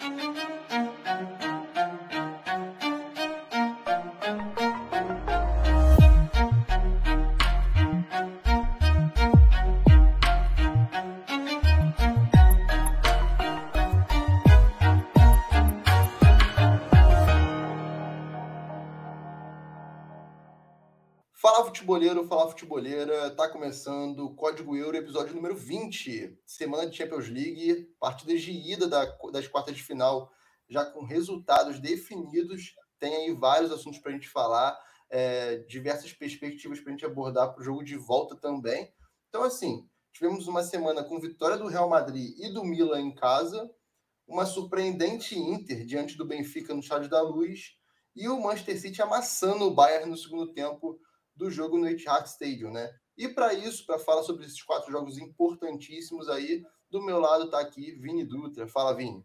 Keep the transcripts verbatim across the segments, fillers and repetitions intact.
Fala futeboleiro, fala futeboleira, tá começando o Código Euro, episódio número vinte, semana de Champions League, partidas de ida da, das quartas de final, já com resultados definidos, tem aí vários assuntos para a gente falar, é, diversas perspectivas para a gente abordar para o jogo de volta também. Então assim, tivemos uma semana com vitória do Real Madrid e do Milan em casa, uma surpreendente Inter diante do Benfica no Estádio da Luz, e o Manchester City amassando o Bayern no segundo tempo do jogo no Etihad Stadium, né? E para isso, para falar sobre esses quatro jogos importantíssimos aí, do meu lado está aqui Vini Dutra. Fala, Vini.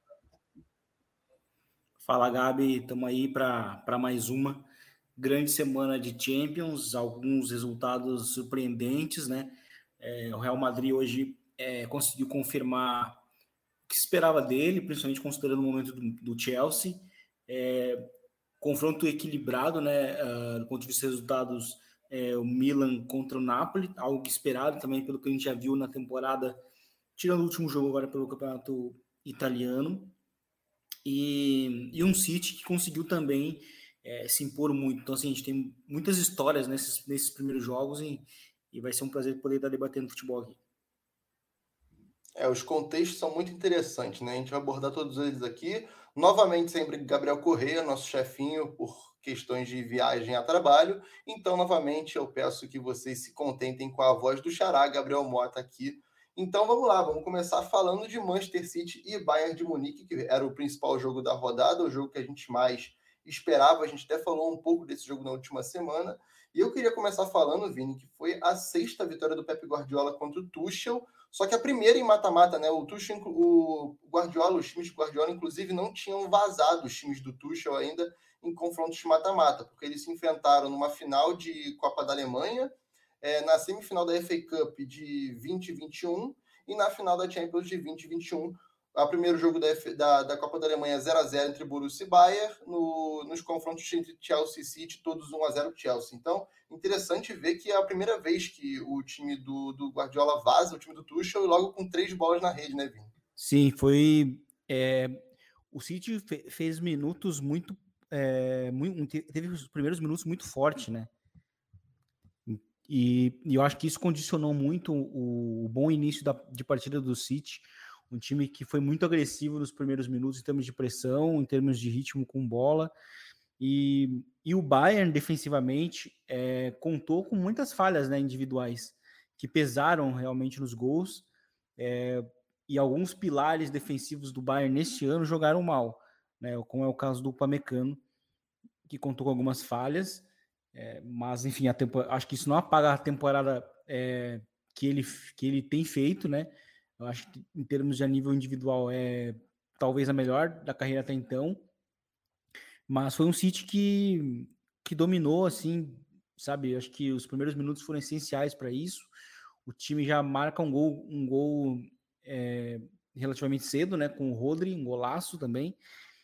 Fala, Gabi. Estamos aí para mais uma grande semana de Champions, alguns resultados surpreendentes, né? É, o Real Madrid hoje é, conseguiu confirmar o que se esperava dele, principalmente considerando o momento do, do Chelsea. É, confronto equilibrado, né? Uh, do ponto de vista de resultados, é, o Milan contra o Napoli, algo esperado também pelo que a gente já viu na temporada, tirando o último jogo agora pelo campeonato italiano, e, e um City que conseguiu também é, se impor muito. Então, assim, a gente tem muitas histórias nesses, nesses primeiros jogos e, e vai ser um prazer poder estar debatendo futebol aqui. É, os contextos são muito interessantes, né? A gente vai abordar todos eles aqui. Novamente, sempre Gabriel Corrêa, nosso chefinho, por questões de viagem a trabalho. Então, novamente, eu peço que vocês se contentem com a voz do xará, Gabriel Mota, aqui. Então, vamos lá, vamos começar falando de Manchester City e Bayern de Munique, que era o principal jogo da rodada, o jogo que a gente mais esperava. A gente até falou um pouco desse jogo na última semana. E eu queria começar falando, Vini, que foi a sexta vitória do Pep Guardiola contra o Tuchel, só que a primeira em mata-mata, né? O Tuchel, o Guardiola, os times de Guardiola, inclusive, não tinham vazado os times do Tuchel ainda em confrontos de mata-mata, porque eles se enfrentaram numa final de Copa da Alemanha, é, na semifinal da F A Cup de vinte e vinte e um e na final da Champions de vinte e vinte e um. O primeiro jogo da, da, da Copa da Alemanha zero a zero entre Borussia e Bayern, no, nos confrontos entre Chelsea e City, todos um a zero Chelsea. Então, interessante ver que é a primeira vez que o time do, do Guardiola vaza, o time do Tuchel, e logo com três bolas na rede, né, Vini? Sim, foi... É, o City fe, fez minutos muito, é, muito... Teve os primeiros minutos muito forte, né? E, e eu acho que isso condicionou muito o, o bom início da, de partida do City, um time que foi muito agressivo nos primeiros minutos em termos de pressão, em termos de ritmo com bola, e, e o Bayern defensivamente é, contou com muitas falhas, né, individuais, que pesaram realmente nos gols, é, e alguns pilares defensivos do Bayern neste ano jogaram mal, né, como é o caso do Upamecano, que contou com algumas falhas. É, mas, enfim, a tempo, acho que isso não apaga a temporada é, que, ele, que ele tem feito, né? Eu acho que, em termos de nível individual, é talvez a melhor da carreira até então. Mas foi um City que, que dominou, assim, sabe? Eu acho que os primeiros minutos foram essenciais para isso. O time já marca um gol, um gol é, relativamente cedo, né? Com o Rodri, um golaço também.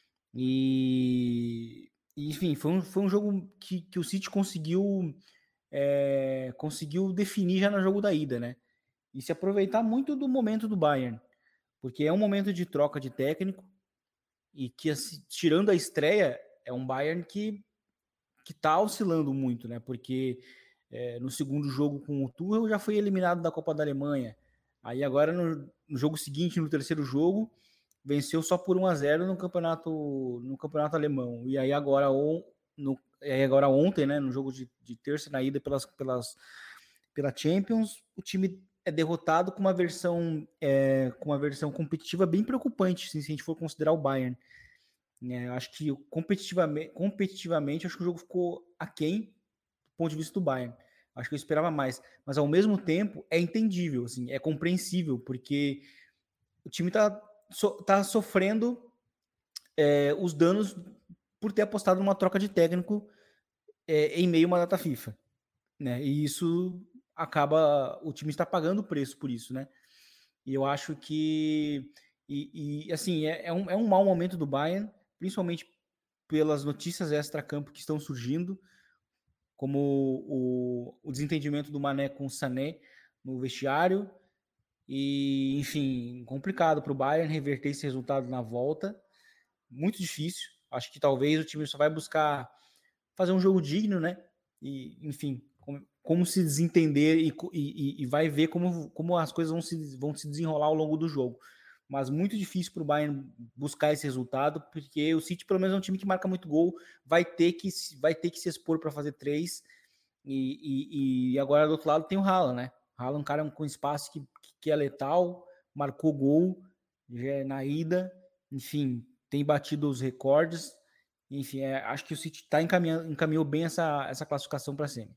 E... Enfim, foi um, foi um jogo que, que o City conseguiu é, conseguiu definir já no jogo da ida, né? E se aproveitar muito do momento do Bayern, porque é um momento de troca de técnico e que, assim, tirando a estreia, é um Bayern que que tá oscilando muito, né? Porque é, no segundo jogo com o Tuchel já foi eliminado da Copa da Alemanha. Aí agora no, no jogo seguinte, no terceiro jogo, venceu só por um a zero no campeonato no campeonato alemão. E aí agora on, no, aí agora ontem, né, no jogo de, de terça na ida pelas, pelas pela Champions, o time é derrotado com uma versão é, com uma versão competitiva bem preocupante, assim, se a gente for considerar o Bayern. É, acho que competitivamente, competitivamente acho que o jogo ficou aquém do ponto de vista do Bayern. Acho que eu esperava mais, mas ao mesmo tempo é entendível, assim, é compreensível, porque o time está so, tá sofrendo é, os danos por ter apostado numa troca de técnico é, em meio a uma data FIFA, né? E isso acaba, o time está pagando o preço por isso, né? E eu acho que E, e assim, é, é, um, é um mau momento do Bayern, principalmente pelas notícias extra-campo que estão surgindo, como o, o desentendimento do Mané com o Sané no vestiário. E, enfim, complicado para o Bayern reverter esse resultado na volta. Muito difícil. Acho que talvez o time só vai buscar fazer um jogo digno, né? E, enfim, como, como se desentender e, e, e vai ver como, como as coisas vão se, vão se desenrolar ao longo do jogo. Mas muito difícil para o Bayern buscar esse resultado, porque o City, pelo menos, é um time que marca muito gol, vai ter que, vai ter que se expor para fazer três. E, e, e agora do outro lado tem o Haaland, né? O Haaland é um cara com espaço que, que é letal, marcou gol já é na ida, enfim, tem batido os recordes. Enfim, é, acho que o City tá encaminhando, encaminhou bem essa, essa classificação para cima.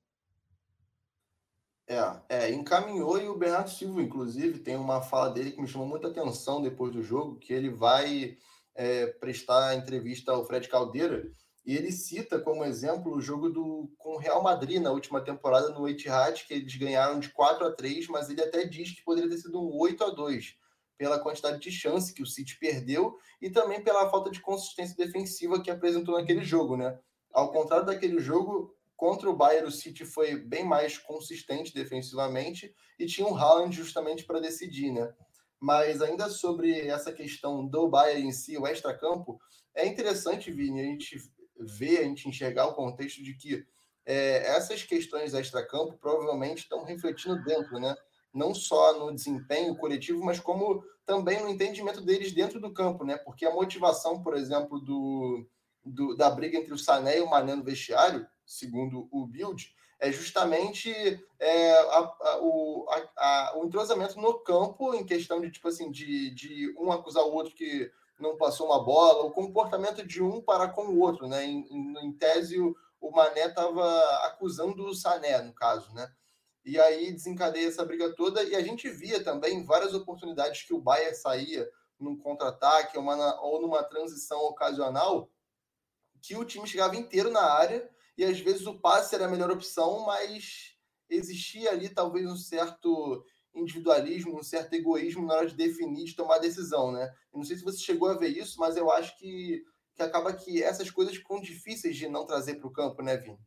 É, é, encaminhou, e o Bernardo Silva, inclusive, tem uma fala dele que me chamou muita atenção depois do jogo, que ele vai é, prestar entrevista ao Fred Caldeira, e ele cita como exemplo o jogo do, com o Real Madrid na última temporada no Etihad, que eles ganharam de quatro a três, mas ele até diz que poderia ter sido um oito a dois, pela quantidade de chance que o City perdeu e também pela falta de consistência defensiva que apresentou naquele jogo, né? Ao contrário daquele jogo, contra o Bayern, o City foi bem mais consistente defensivamente e tinha um Haaland justamente para decidir, né? Mas ainda sobre essa questão do Bayern em si, o extracampo, é interessante, Vini, a gente ver, a gente enxergar o contexto de que é, essas questões extracampo provavelmente estão refletindo dentro, né? Não só no desempenho coletivo, mas como também no entendimento deles dentro do campo, né? Porque a motivação, por exemplo, do, do da briga entre o Sané e o Mané no vestiário, segundo o Bild, é justamente é, a, a, o, a, a, o entrosamento no campo, em questão de, tipo assim, de, de um acusar o outro que não passou uma bola, o comportamento de um para com o outro, né? Em, em, em tese, o, o Mané estava acusando o Sané, no caso, né? E aí desencadeia essa briga toda, e a gente via também várias oportunidades que o Bayern saía num contra-ataque ou, uma, ou numa transição ocasional, que o time chegava inteiro na área, e às vezes o passe era a melhor opção, mas existia ali talvez um certo individualismo, um certo egoísmo na hora de definir, de tomar decisão, né? Eu não sei se você chegou a ver isso, mas eu acho que, que acaba que essas coisas ficam difíceis de não trazer para o campo, né, Vini?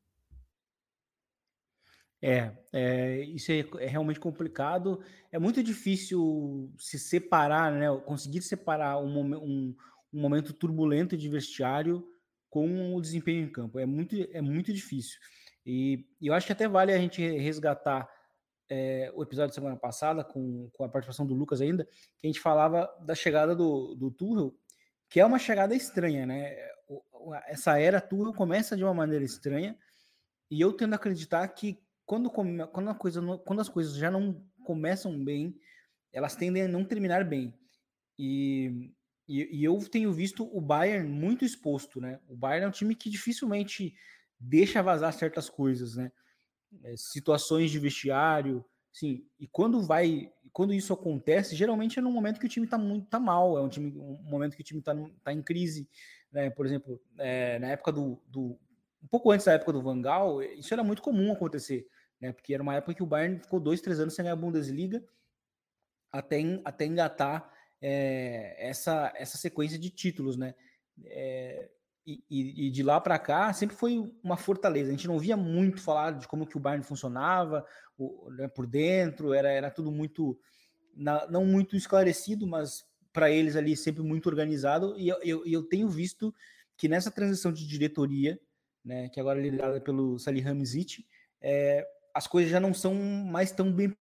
É, é, isso é, é realmente complicado. É muito difícil se separar, né? Conseguir separar um, momen- um, um momento turbulento de vestiário com o desempenho em campo. É muito, é muito difícil. E, e eu acho que até vale a gente resgatar é, o episódio da semana passada, com, com a participação do Lucas ainda, que a gente falava da chegada do, do Tuchel, que é uma chegada estranha, né? O- Essa era Tuchel começa de uma maneira estranha, e eu tendo a acreditar que quando, come, quando, a coisa não- quando as coisas já não começam bem, elas tendem a não terminar bem. E, e, e eu tenho visto o Bayern muito exposto, né? O Bayern é um time que dificilmente deixa vazar certas coisas, né? É, situações de vestiário, sim. E quando vai, quando isso acontece, geralmente é no momento que o time tá muito tá mal, é um time, um momento que o time tá, tá em crise, né? Por exemplo, é, na época do, do um pouco antes da época do Van Gaal, isso era muito comum acontecer, né? Porque era uma época que o Bayern ficou dois, três anos sem ganhar a Bundesliga até, até engatar é, essa, essa sequência de títulos, né? É, e, e, de lá para cá sempre foi uma fortaleza. A gente não via muito falar de como que o Bayern funcionava o, né, por dentro, era, era tudo muito, na, não muito esclarecido, mas para eles ali sempre muito organizado. E eu, eu, eu tenho visto que nessa transição de diretoria, né, que agora é liderada pelo Salihamidzic, é, as coisas já não são mais tão bem,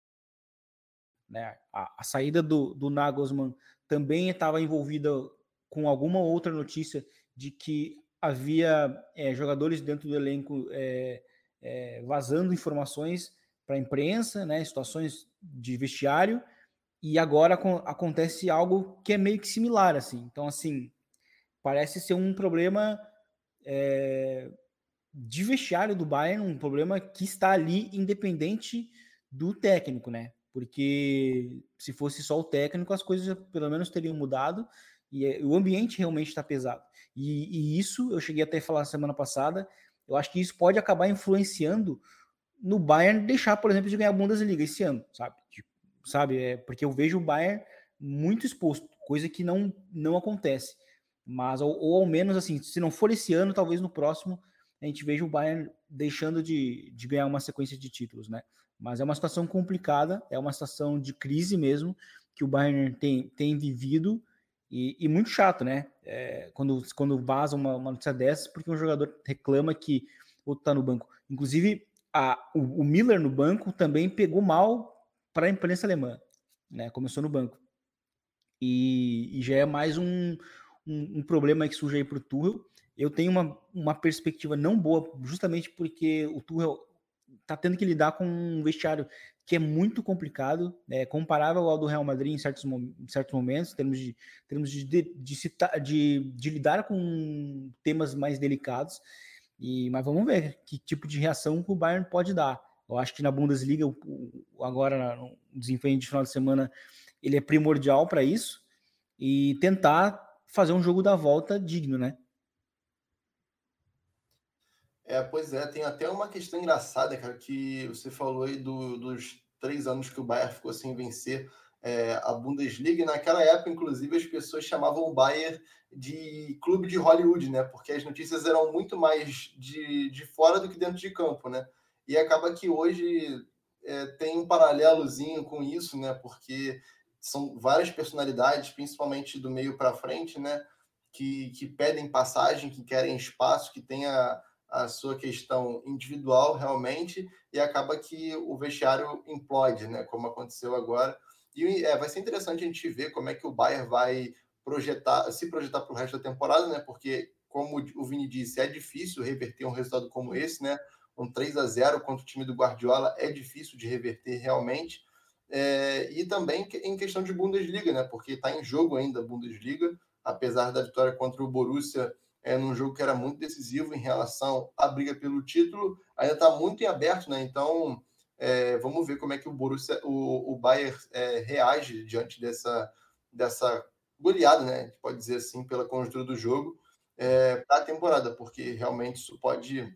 né? A, a saída do, do Nagelsmann também estava envolvida com alguma outra notícia de que havia é, jogadores dentro do elenco é, é, vazando informações para a imprensa, né? Situações de vestiário, e agora acontece algo que é meio que similar, assim. Então, assim, parece ser um problema é, de vestiário do Bayern, um problema que está ali independente do técnico, né? Porque se fosse só o técnico, as coisas pelo menos teriam mudado, e é, o ambiente realmente está pesado. E, e isso, eu cheguei até a falar semana passada, eu acho que isso pode acabar influenciando no Bayern deixar, por exemplo, de ganhar a Bundesliga esse ano, sabe? Tipo, sabe? É, porque eu vejo o Bayern muito exposto, coisa que não, não acontece. Mas, ou, ou ao menos, assim, se não for esse ano, talvez no próximo a gente veja o Bayern deixando de, de ganhar uma sequência de títulos, né? Mas é uma situação complicada, é uma situação de crise mesmo, que o Bayern tem, tem vivido, e, e muito chato, né? É, quando, quando vaza uma, uma notícia dessas, porque um jogador reclama que outro tá no banco. Inclusive, a, o, o Miller no banco também pegou mal para a imprensa alemã, né? Começou no banco. E, e já é mais um, um, um problema que surge aí para o Tuchel. Eu tenho uma, uma perspectiva não boa, justamente porque o Tuchel está tendo que lidar com um vestiário que é muito complicado, é, comparável ao do Real Madrid em certos, em certos momentos, em termos, de, em termos de, de, de, citar, de, de lidar com temas mais delicados. E, mas vamos ver que tipo de reação que o Bayern pode dar. Eu acho que na Bundesliga, o, o, agora no desempenho de final de semana, ele é primordial para isso e tentar fazer um jogo da volta digno, né? É, pois é, tem até uma questão engraçada, cara, que você falou aí do, dos três anos que o Bayern ficou sem vencer é, a Bundesliga, e naquela época, inclusive, as pessoas chamavam o Bayern de clube de Hollywood, né? Porque as notícias eram muito mais de, de fora do que dentro de campo, né? E acaba que hoje é, tem um paralelozinho com isso, né? Porque são várias personalidades, principalmente do meio para frente, né? Que, que pedem passagem, que querem espaço, que tenha a sua questão individual realmente e acaba que o vestiário implode, né? Como aconteceu agora. E é, vai ser interessante a gente ver como é que o Bayern vai projetar, se projetar para o resto da temporada, né? Porque, como o Vini disse, é difícil reverter um resultado como esse, né? Um três a zero contra o time do Guardiola é difícil de reverter realmente. É, e também em questão de Bundesliga, né? Porque está em jogo ainda a Bundesliga, apesar da vitória contra o Borussia é, num jogo que era muito decisivo em relação à briga pelo título, ainda está muito em aberto, né? Então, é, vamos ver como é que o Borussia, o, o Bayern é, reage diante dessa, dessa goleada, né? A gente pode dizer assim, pela conjuntura do jogo, é, para a temporada, porque realmente isso pode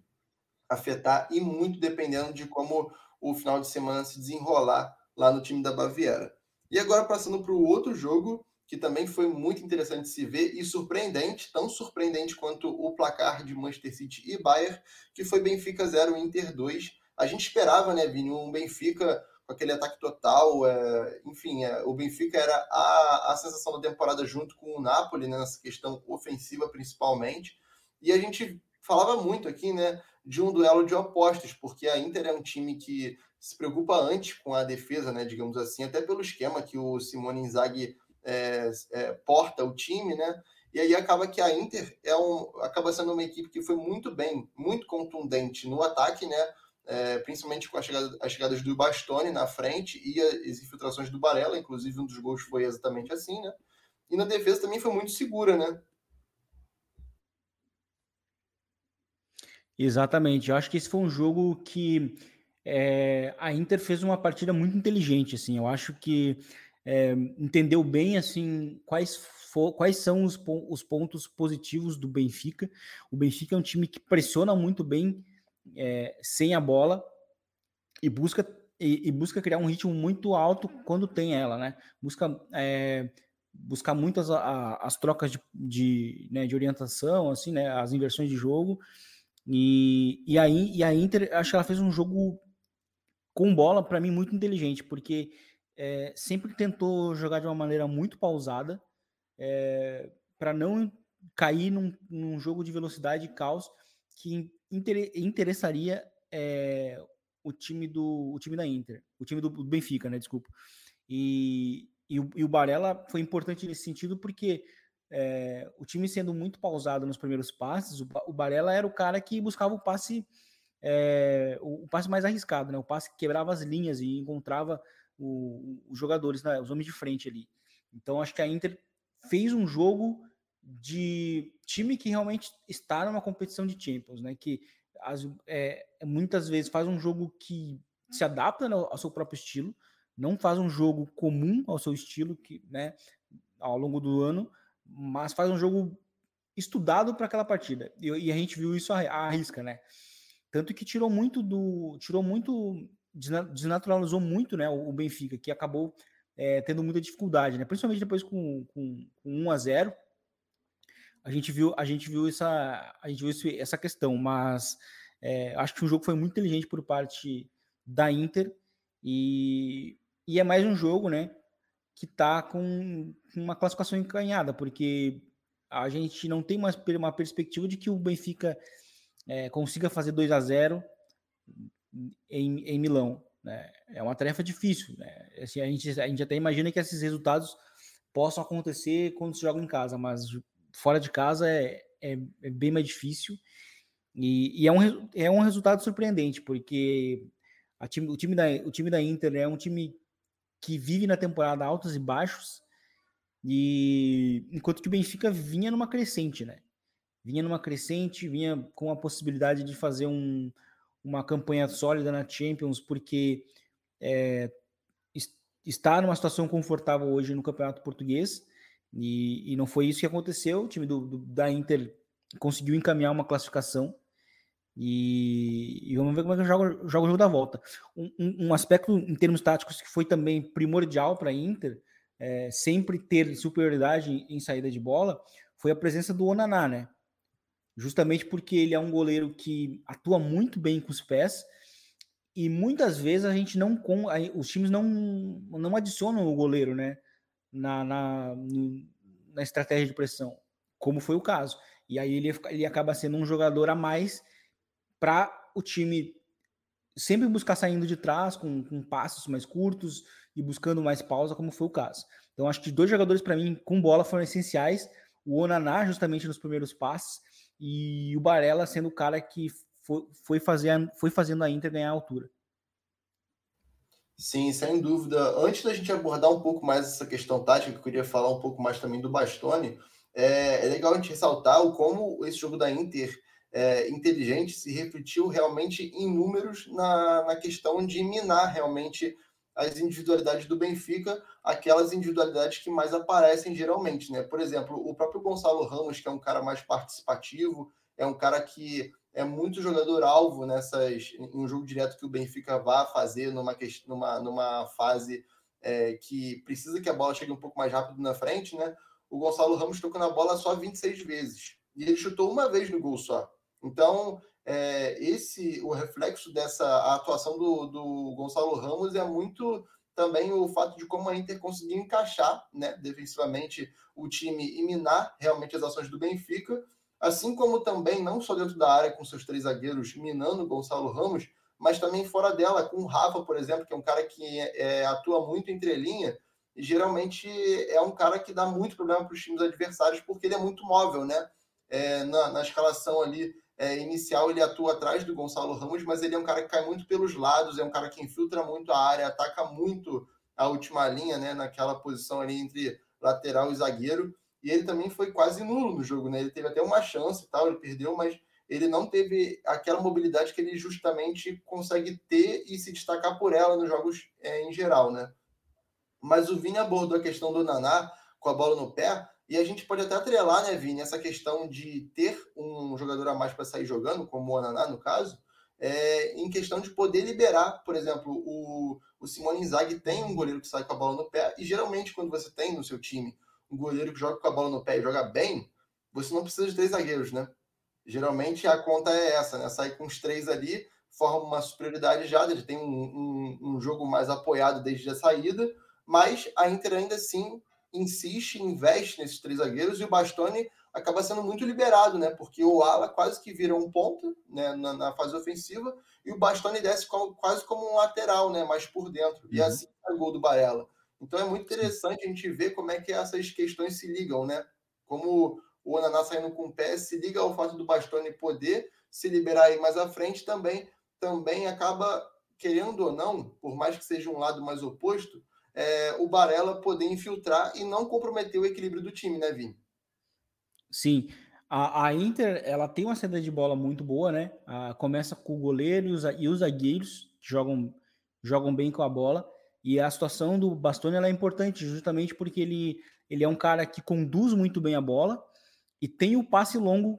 afetar e muito dependendo de como o final de semana se desenrolar lá no time da Baviera. E agora passando para o outro jogo, que também foi muito interessante de se ver e surpreendente, tão surpreendente quanto o placar de Manchester City e Bayern, que foi Benfica zero, Inter dois. A gente esperava, né, Vini, um Benfica com aquele ataque total, é, enfim, é, o Benfica era a, a sensação da temporada junto com o Napoli, né, nessa questão ofensiva principalmente, e a gente falava muito aqui, né, de um duelo de opostos, porque a Inter é um time que se preocupa antes com a defesa, né, digamos assim, até pelo esquema que o Simone Inzaghi é, é, porta o time, né? E aí acaba que a Inter é um, acaba sendo uma equipe que foi muito bem, muito contundente no ataque, né? É, principalmente com a chegada, as chegadas do Bastoni na frente e as infiltrações do Barella, inclusive um dos gols foi exatamente assim, né? E na defesa também foi muito segura, né? Exatamente. Eu acho que esse foi um jogo que é, a Inter fez uma partida muito inteligente, assim. Eu acho que é, entendeu bem, assim, quais, for, quais são os, os pontos positivos do Benfica. O Benfica é um time que pressiona muito bem é, sem a bola e busca e, e, busca criar um ritmo muito alto quando tem ela, né? Busca é, buscar muitas a, as trocas de, de, né, de orientação, assim, né? As inversões de jogo. E, e, aí, e a Inter, acho que ela fez um jogo com bola, para mim, muito inteligente, porque é, sempre tentou jogar de uma maneira muito pausada, é, para não cair num, num jogo de velocidade e caos que inter, interessaria é, o time do o time da Inter, o time do, do Benfica, né? Desculpa. E, e, o, e o Barella foi importante nesse sentido porque é, o time sendo muito pausado nos primeiros passes, o, o Barella era o cara que buscava o passe é, o, o passe mais arriscado, né? O passe que quebrava as linhas e encontrava o, os jogadores, né? Os homens de frente ali. Então acho que a Inter fez um jogo de time que realmente está numa competição de Champions, né? Que as, é, muitas vezes faz um jogo que se adapta, né, ao seu próprio estilo, não faz um jogo comum ao seu estilo, que, né, ao longo do ano, mas faz um jogo estudado para aquela partida. E, e, a gente viu isso à, à risca, né? Tanto que tirou muito do. Tirou muito. Desnaturalizou muito, né? O, o Benfica, que acabou é, tendo muita dificuldade, né? Principalmente depois com, com, com um a zero, a gente viu, a gente viu essa, a gente viu esse, essa questão, mas é, acho que o jogo foi muito inteligente por parte da Inter e, e é mais um jogo, né, que tá com uma classificação encanhada, porque a gente não tem mais uma perspectiva de que o Benfica é, consiga fazer dois a zero em, em Milão, né? É uma tarefa difícil, né? Assim, a, gente, a gente até imagina que esses resultados possam acontecer quando se joga em casa, mas fora de casa é, é, é bem mais difícil e, e é, um, é um resultado surpreendente, porque a time, o, time da, o time da Inter é um time que vive na temporada altos e baixos, e enquanto que o Benfica vinha numa crescente, né? Vinha numa crescente, vinha com a possibilidade de fazer um, uma campanha sólida na Champions, porque é, está numa situação confortável hoje no Campeonato Português, e, e não foi isso que aconteceu. O time do, do, da Inter conseguiu encaminhar uma classificação, e, e vamos ver como é que joga, joga o jogo da volta. Um, um, um aspecto em termos táticos que foi também primordial para a Inter, é, sempre ter superioridade em, em saída de bola, foi a presença do Onaná, né? Justamente porque ele é um goleiro que atua muito bem com os pés, e muitas vezes a gente não com os times não, não adicionam o goleiro, né, na, na, na estratégia de pressão, como foi o caso. E aí ele, ele acaba sendo um jogador a mais para o time sempre buscar saindo de trás, com, com passos mais curtos e buscando mais pausa, como foi o caso. Então acho que dois jogadores para mim com bola foram essenciais, o Onaná justamente nos primeiros passes, e o Barella sendo o cara que foi, foi, fazer, foi fazendo a Inter ganhar a altura. Sim, sem dúvida. Antes da gente abordar um pouco mais essa questão tática, que eu queria falar um pouco mais também do Bastoni, é, é legal a gente ressaltar o como esse jogo da Inter é, inteligente se refletiu realmente em números na, na questão de minar realmente as individualidades do Benfica, aquelas individualidades que mais aparecem geralmente, né? Por exemplo, o próprio Gonçalo Ramos, que é um cara mais participativo, é um cara que é muito jogador-alvo nessas em um jogo direto que o Benfica vá fazer numa, numa, numa fase é, que precisa que a bola chegue um pouco mais rápido na frente, né? O Gonçalo Ramos tocou na bola só vinte e seis vezes e ele chutou uma vez no gol só. Então, é, esse o reflexo dessa atuação do, do Gonçalo Ramos é muito também o fato de como a Inter conseguiu encaixar, né, defensivamente o time e minar realmente as ações do Benfica, assim como também, não só dentro da área com seus três zagueiros minando o Gonçalo Ramos, mas também fora dela, com o Rafa, por exemplo, que é um cara que é, atua muito entre linha, e geralmente é um cara que dá muito problema para os times adversários, porque ele é muito móvel, né? É, na, na escalação ali é, inicial, ele atua atrás do Gonçalo Ramos, mas ele é um cara que cai muito pelos lados, é um cara que infiltra muito a área, ataca muito a última linha, né? Naquela posição ali entre lateral e zagueiro. E ele também foi quase nulo no jogo, né? Ele teve até uma chance e tal, ele perdeu, mas ele não teve aquela mobilidade que ele justamente consegue ter e se destacar por ela nos jogos é, em geral, né? Mas o Vini abordou a questão do Naná com a bola no pé, e a gente pode até atrelar, né, Vini, essa questão de ter um jogador a mais para sair jogando, como o Naná, no caso, é, em questão de poder liberar, por exemplo, o, o Simone Inzaghi tem um goleiro que sai com a bola no pé, e geralmente quando você tem no seu time um goleiro que joga com a bola no pé e joga bem, você não precisa de três zagueiros, né? Geralmente a conta é essa, né? Sai com os três ali, forma uma superioridade já, ele tem um, um, um jogo mais apoiado desde a saída, mas a Inter ainda assim insiste, investe nesses três zagueiros, e o Bastoni acaba sendo muito liberado, né? Porque o Ala quase que vira um ponto, né, na, na fase ofensiva, e o Bastoni desce como, quase como um lateral, né, mais por dentro. E Uhum. assim é o gol do Barella. Então é muito Sim. interessante a gente ver como é que essas questões se ligam, né? Como o Onaná saindo com o pé se liga ao fato do Bastoni poder se liberar aí mais à frente, também, também acaba, querendo ou não, por mais que seja um lado mais oposto, é, o Barella poder infiltrar e não comprometer o equilíbrio do time, né, Vini? Sim, a, a Inter, ela tem uma saída de bola muito boa, né? A, começa com o goleiro e os, e os zagueiros, que jogam, jogam bem com a bola, e a situação do Bastoni ela é importante, justamente porque ele, ele é um cara que conduz muito bem a bola e tem o passe longo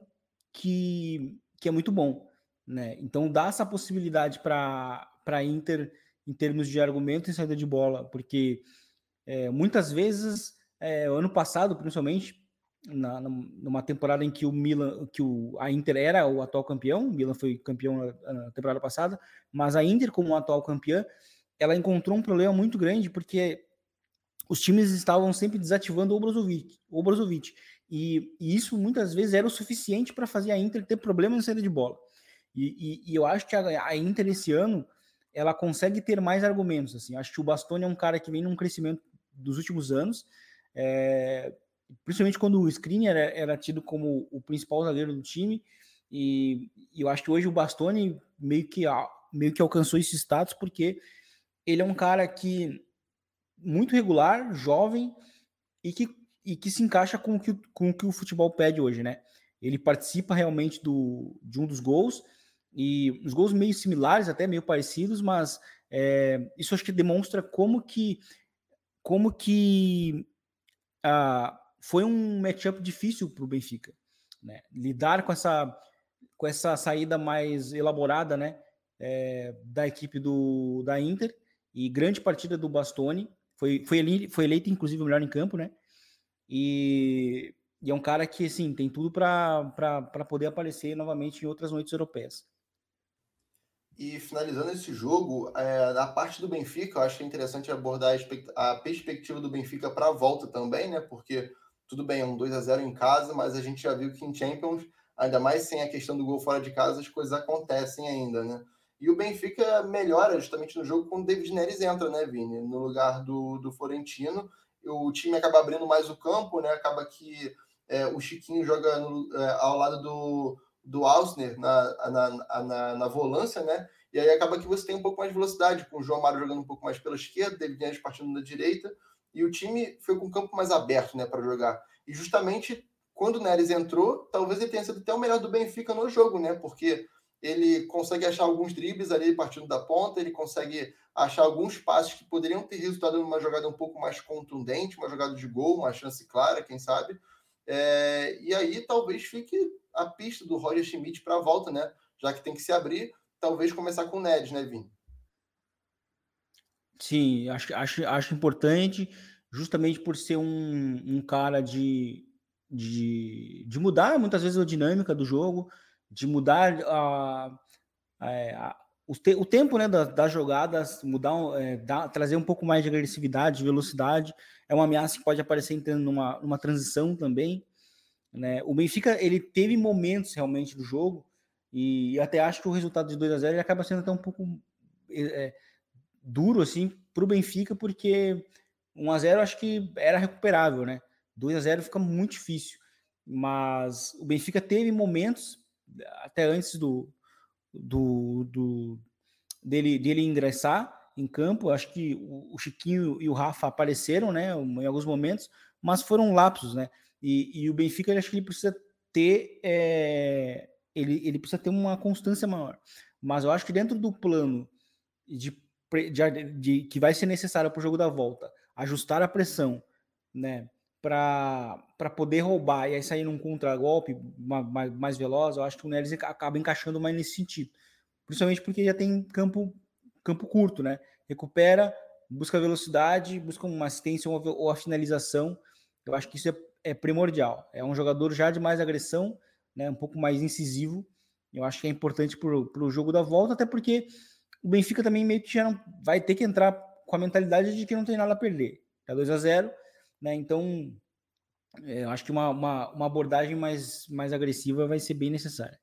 que, que é muito bom, né? Então dá essa possibilidade para a Inter em termos de argumento em saída de bola, porque É, muitas vezes, é, ano passado, principalmente, na, numa temporada em que o Milan, que o, a Inter era o atual campeão, o Milan foi campeão na, na temporada passada, mas a Inter, como atual campeã, ela encontrou um problema muito grande, porque os times estavam sempre desativando o Brozovic, o Brozovic e, e isso muitas vezes era o suficiente para fazer a Inter ter problema em saída de bola. E, e, e eu acho que a, a Inter esse ano ela consegue ter mais argumentos. Assim, acho que o Bastoni é um cara que vem num crescimento dos últimos anos, é, principalmente quando o Skriniar era, era tido como o principal zagueiro do time. E, e eu acho que hoje o Bastoni meio que, meio que alcançou esse status porque ele é um cara que muito regular, jovem e que, e que se encaixa com o que, com o que o futebol pede hoje, né? Ele participa realmente do, de um dos gols e os gols meio similares, até meio parecidos, mas é, isso acho que demonstra como que como que ah, foi um matchup difícil para o Benfica, né? Lidar com essa com essa saída mais elaborada, né? É, da equipe do da Inter e grande partida do Bastoni. Foi, foi, ele, foi eleito, inclusive, o melhor em campo, né? E, e é um cara que, assim, tem tudo para poder aparecer novamente em outras noites europeias. E finalizando esse jogo, é, na parte do Benfica, eu acho que é interessante abordar a, a perspectiva do Benfica para a volta também, né? Porque tudo bem, é um dois a zero em casa, mas a gente já viu que em Champions, ainda mais sem a questão do gol fora de casa, as coisas acontecem ainda, né? E o Benfica melhora justamente no jogo quando o David Neres entra, né, Vini? No lugar do, do Florentino. O time acaba abrindo mais o campo, né? Acaba que é, o Chiquinho joga no, é, ao lado do, do Ausner na, na, na, na volância, né? E aí acaba que você tem um pouco mais de velocidade, com o João Mário jogando um pouco mais pela esquerda, David Neres partindo da direita, e o time foi com o campo mais aberto, né, para jogar. E justamente quando o Neres entrou, talvez ele tenha sido até o melhor do Benfica no jogo, né? Porque ele consegue achar alguns dribles ali partindo da ponta, ele consegue achar alguns passes que poderiam ter resultado numa jogada um pouco mais contundente, uma jogada de gol, uma chance clara, quem sabe. É, e aí talvez fique a pista do Roger Schmidt para a volta, né? Já que tem que se abrir, talvez começar com o Neres, né, Vini? Sim, acho, acho, acho importante, justamente por ser um, um cara de, de, de mudar muitas vezes a dinâmica do jogo, de mudar a, é, a, o, te, o tempo, né, das, das jogadas, mudar, é, dar, trazer um pouco mais de agressividade, de velocidade. É uma ameaça que pode aparecer entrando numa, numa transição também, né? O Benfica ele teve momentos realmente do jogo e eu até acho que o resultado de dois a zero ele acaba sendo até um pouco é, duro assim para o Benfica, porque um a zero acho que era recuperável, né? dois a zero fica muito difícil, mas o Benfica teve momentos até antes do, do, do dele, dele ingressar em campo. Acho que o, o Chiquinho e o Rafa apareceram, né, em alguns momentos, mas foram lapsos, né? E, e o Benfica, acho que ele precisa ter, é, ele, ele precisa ter uma constância maior. Mas eu acho que dentro do plano de, de, de que vai ser necessário para o jogo da volta, ajustar a pressão, né? Para poder roubar e aí sair num contragolpe mais, mais veloz, eu acho que o Neres acaba encaixando mais nesse sentido. Principalmente porque já tem campo, campo curto, né? Recupera, busca velocidade, busca uma assistência ou a finalização. Eu acho que isso é, é primordial. É um jogador já de mais agressão, né? Um pouco mais incisivo. Eu acho que é importante para o jogo da volta, até porque o Benfica também meio que já não vai ter que entrar com a mentalidade de que não tem nada a perder. É dois a zero, né? Então, é, eu acho que uma, uma, uma abordagem mais, mais agressiva vai ser bem necessária.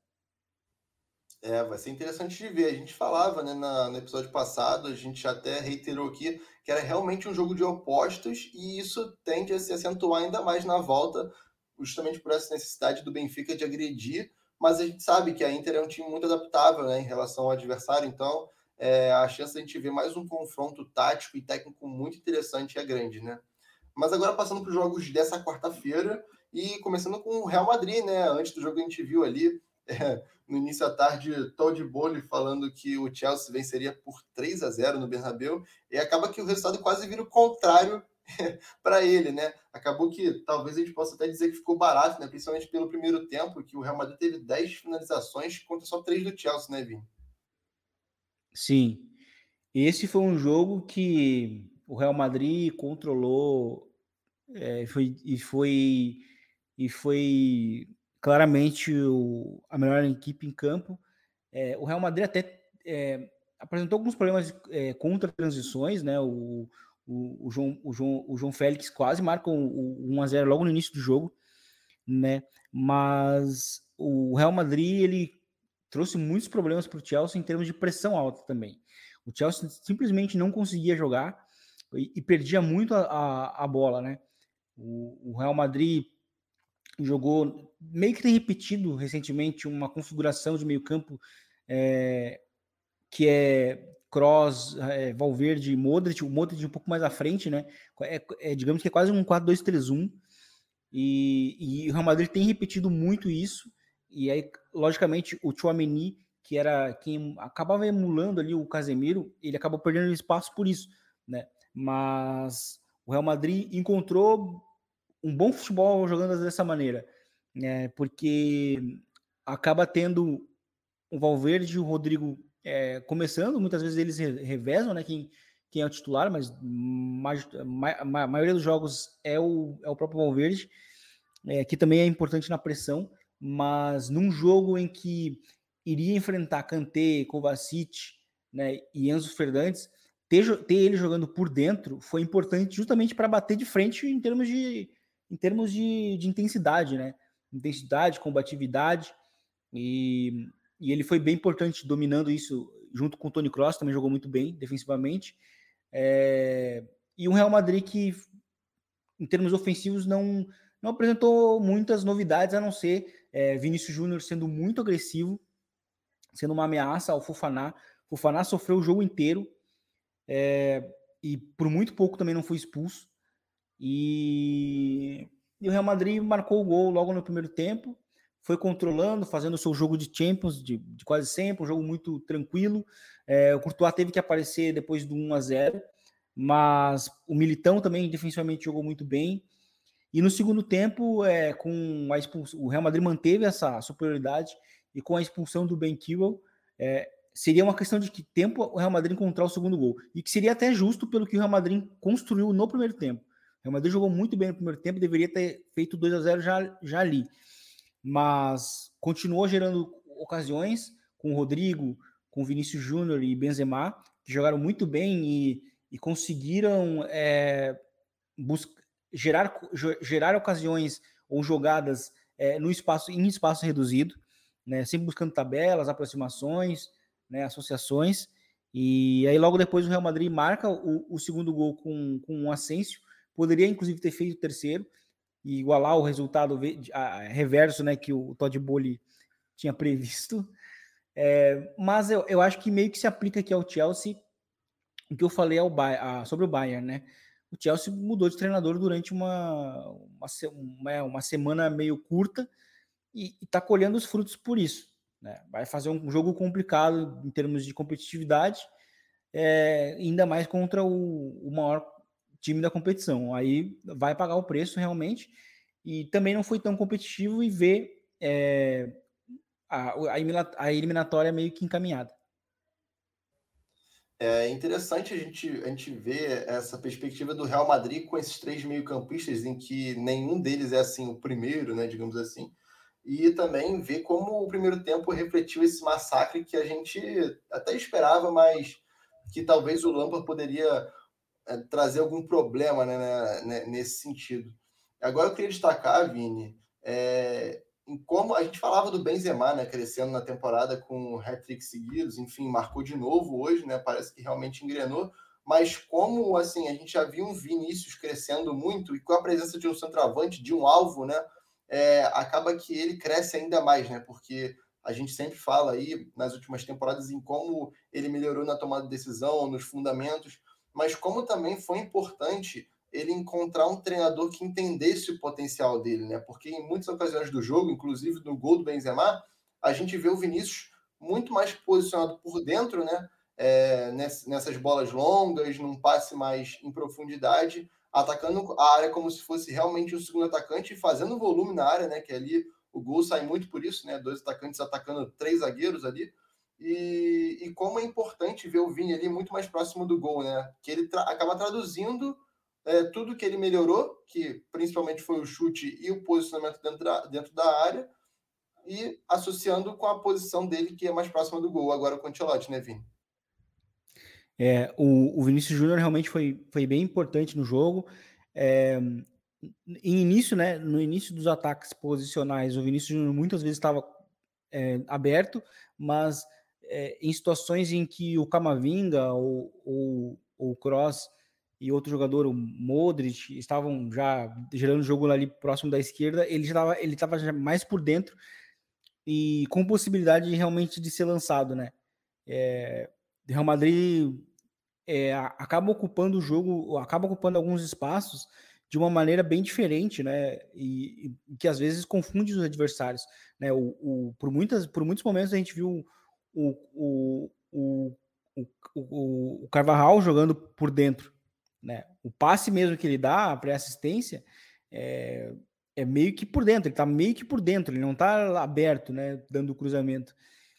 É, vai ser interessante de ver. A gente falava, né, na, no episódio passado, a gente até reiterou aqui que era realmente um jogo de opostos e isso tende a se acentuar ainda mais na volta, justamente por essa necessidade do Benfica de agredir, mas a gente sabe que a Inter é um time muito adaptável, né, em relação ao adversário, então é, a chance de a gente ver mais um confronto tático e técnico muito interessante é grande, né? Mas agora passando para os jogos dessa quarta-feira e começando com o Real Madrid, né? Antes do jogo a gente viu ali, é, no início da tarde, Todd Bowley falando que o Chelsea venceria por três a zero no Bernabéu e acaba que o resultado quase vira o contrário para ele, né? Acabou que talvez a gente possa até dizer que ficou barato, né? Principalmente pelo primeiro tempo, que o Real Madrid teve dez finalizações contra só três do Chelsea, né, Vini? Sim. Esse foi um jogo que o Real Madrid controlou é, foi, e foi e foi claramente o, a melhor equipe em campo. É, o Real Madrid até é, apresentou alguns problemas é, contra transições, né? O, o, o, João, o, João, o João Félix quase marca o, o um a zero logo no início do jogo, né? Mas o Real Madrid ele trouxe muitos problemas para o Chelsea em termos de pressão alta também. O Chelsea simplesmente não conseguia jogar e, e perdia muito a, a, a bola, né? O, o Real Madrid jogou, meio que tem repetido recentemente uma configuração de meio campo é, que é Kroos, é, Valverde e Modric, o Modric um pouco mais à frente, né? É, é, digamos que é quase um quatro dois três um, e, e o Real Madrid tem repetido muito isso, e aí, logicamente, o Tchouaméni, que era quem acabava emulando ali o Casemiro, ele acabou perdendo espaço por isso, né? Mas o Real Madrid encontrou um bom futebol jogando dessa maneira, né? Porque acaba tendo o Valverde e o Rodrigo é, começando, muitas vezes eles revezam, né? Quem, quem é o titular, mas a maioria dos jogos é o, é o próprio Valverde, é, que também é importante na pressão, mas num jogo em que iria enfrentar Kanté, Kovacic, né, e Enzo Fernandes, ter, ter ele jogando por dentro foi importante justamente para bater de frente em termos de, em termos de, de intensidade, né? Intensidade, combatividade, e, e ele foi bem importante dominando isso junto com o Toni Kroos, também jogou muito bem defensivamente. É, e um Real Madrid que, em termos ofensivos, não, não apresentou muitas novidades, a não ser é, Vinícius Júnior sendo muito agressivo, sendo uma ameaça ao Fofana. O Fofana sofreu o jogo inteiro, é, e por muito pouco também não foi expulso. E, e o Real Madrid marcou o gol logo no primeiro tempo, foi controlando, fazendo o seu jogo de Champions de, de quase sempre, um jogo muito tranquilo. É, o Courtois teve que aparecer depois do um a zero, mas o Militão também defensivamente jogou muito bem. E no segundo tempo, é, com a expulsão, o Real Madrid manteve essa superioridade, e com a expulsão do Ben Chilwell, é, seria uma questão de que tempo o Real Madrid encontrar o segundo gol. E que seria até justo pelo que o Real Madrid construiu no primeiro tempo. O Real Madrid jogou muito bem no primeiro tempo, deveria ter feito dois a zero já, já ali. Mas continuou gerando ocasiões com o Rodrigo, com o Vinícius Júnior e Benzema, que jogaram muito bem e, e conseguiram é, buscar gerar, gerar ocasiões ou jogadas é, no espaço, em espaço reduzido, né, sempre buscando tabelas, aproximações, né, associações. E aí logo depois o Real Madrid marca o, o segundo gol com, com um Asensio, poderia inclusive ter feito o terceiro e igualar o resultado a, a, reverso, né, que o Todd Boehly tinha previsto. É, mas eu, eu acho que meio que se aplica aqui ao Chelsea o que eu falei ao, a, sobre o Bayern, né? O Chelsea mudou de treinador durante uma, uma, uma, uma semana meio curta e está colhendo os frutos por isso, né? Vai fazer um jogo complicado em termos de competitividade, é, ainda mais contra o, o maior time da competição. Aí vai pagar o preço realmente, e também não foi tão competitivo e vê é, a, a eliminatória meio que encaminhada. É interessante a gente, a gente ver essa perspectiva do Real Madrid com esses três meio-campistas, em que nenhum deles é assim o primeiro, né, digamos assim, e também ver como o primeiro tempo refletiu esse massacre que a gente até esperava, mas que talvez o Lampard poderia é, trazer algum problema, né, né, nesse sentido. Agora eu queria destacar, Vini, é, em como a gente falava do Benzema, né, crescendo na temporada com hat-tricks seguidos, enfim, marcou de novo hoje, né, parece que realmente engrenou, mas como, assim, a gente já viu um Vinícius crescendo muito, e com a presença de um centroavante, de um alvo, né, é, acaba que ele cresce ainda mais, né, porque a gente sempre fala aí, nas últimas temporadas, em como ele melhorou na tomada de decisão, nos fundamentos, mas como também foi importante ele encontrar um treinador que entendesse o potencial dele, né? Porque em muitas ocasiões do jogo, inclusive no gol do Benzema, a gente vê o Vinícius muito mais posicionado por dentro, né? É, nessas bolas longas, num passe mais em profundidade, atacando a área como se fosse realmente um segundo atacante e fazendo volume na área, né? Que ali o gol sai muito por isso, né? Dois atacantes atacando três zagueiros ali. e, e como é importante ver o Vini ali muito mais próximo do gol, né? Que ele tra acaba traduzindo é, tudo que ele melhorou, que principalmente foi o chute e o posicionamento dentro da, dentro da área, e associando com a posição dele, que é mais próxima do gol, agora com o Ancelotti, né, Vini? É, o, o Vinícius Júnior realmente foi, foi bem importante no jogo. É, em início, né, no início dos ataques posicionais, o Vinícius Júnior muitas vezes estava é, aberto, mas é, em situações em que o Camavinga ou, ou, ou o Kroos e outro jogador, o Modric, estavam já gerando o jogo ali próximo da esquerda, ele estava ele estava mais por dentro e com possibilidade realmente de ser lançado, né? É, Real Madrid é, acaba ocupando o jogo, acaba ocupando alguns espaços de uma maneira bem diferente, né? E, e que às vezes confunde os adversários, né? O, o, por, muitas, por muitos momentos a gente viu o, o, o, o, o Carvajal jogando por dentro, né? O passe mesmo que ele dá, a pré-assistência, é, é meio que por dentro, ele tá meio que por dentro, ele não tá aberto, né? Dando o cruzamento.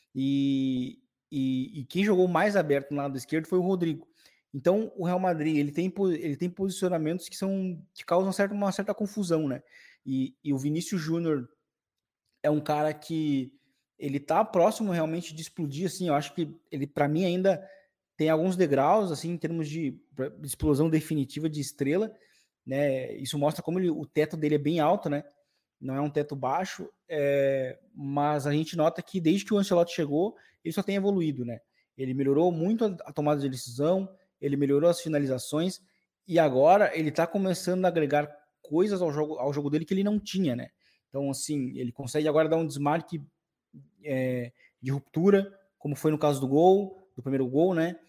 E, e, e quem jogou mais aberto no lado esquerdo foi o Rodrigo. Então, o Real Madrid, ele tem, ele tem posicionamentos que são que causam certa, uma certa confusão, né? E, e o Vinícius Júnior é um cara que ele tá próximo realmente de explodir, assim, eu acho que ele, para mim, ainda tem alguns degraus, assim, em termos de explosão definitiva de estrela, né? Isso mostra como ele, o teto dele é bem alto, né? Não é um teto baixo, é, mas a gente nota que desde que o Ancelotti chegou, ele só tem evoluído, né? Ele melhorou muito a, a tomada de decisão, ele melhorou as finalizações, e agora ele tá começando a agregar coisas ao jogo, ao jogo dele que ele não tinha, né? Então, assim, ele consegue agora dar um desmarque é, de ruptura, como foi no caso do gol, do primeiro gol, né?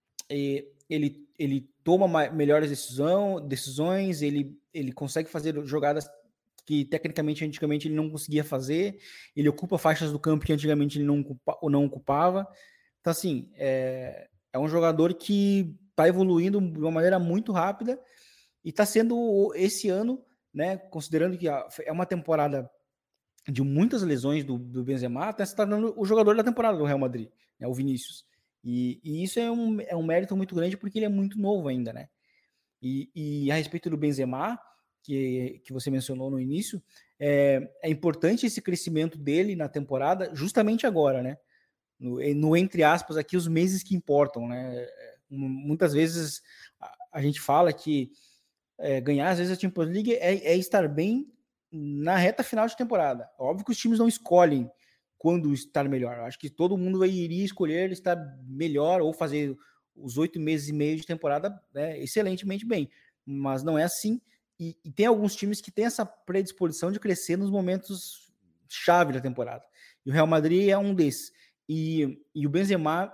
E ele, ele toma melhores decisão, decisões, ele, ele consegue fazer jogadas que tecnicamente, antigamente, ele não conseguia fazer, ele ocupa faixas do campo que antigamente ele não, ocupa, ou não ocupava. Então, assim, é, é um jogador que está evoluindo de uma maneira muito rápida e está sendo esse ano, né, considerando que é uma temporada de muitas lesões do, do Benzema, até se tornando o jogador da temporada do Real Madrid, né, o Vinícius. E, e isso é um, é um mérito muito grande porque ele é muito novo ainda, né? E, e a respeito do Benzema, que, que você mencionou no início, é, é importante esse crescimento dele na temporada, justamente agora, né? No, no entre aspas, aqui os meses que importam, né? Muitas vezes a, a gente fala que é, ganhar, às vezes, a Champions League é, é estar bem na reta final de temporada. Óbvio que os times não escolhem quando estar melhor. Eu acho que todo mundo iria escolher estar melhor ou fazer os oito meses e meio de temporada, né, excelentemente bem. Mas não é assim. E, e tem alguns times que têm essa predisposição de crescer nos momentos chave da temporada. E o Real Madrid é um desses. E, e o Benzema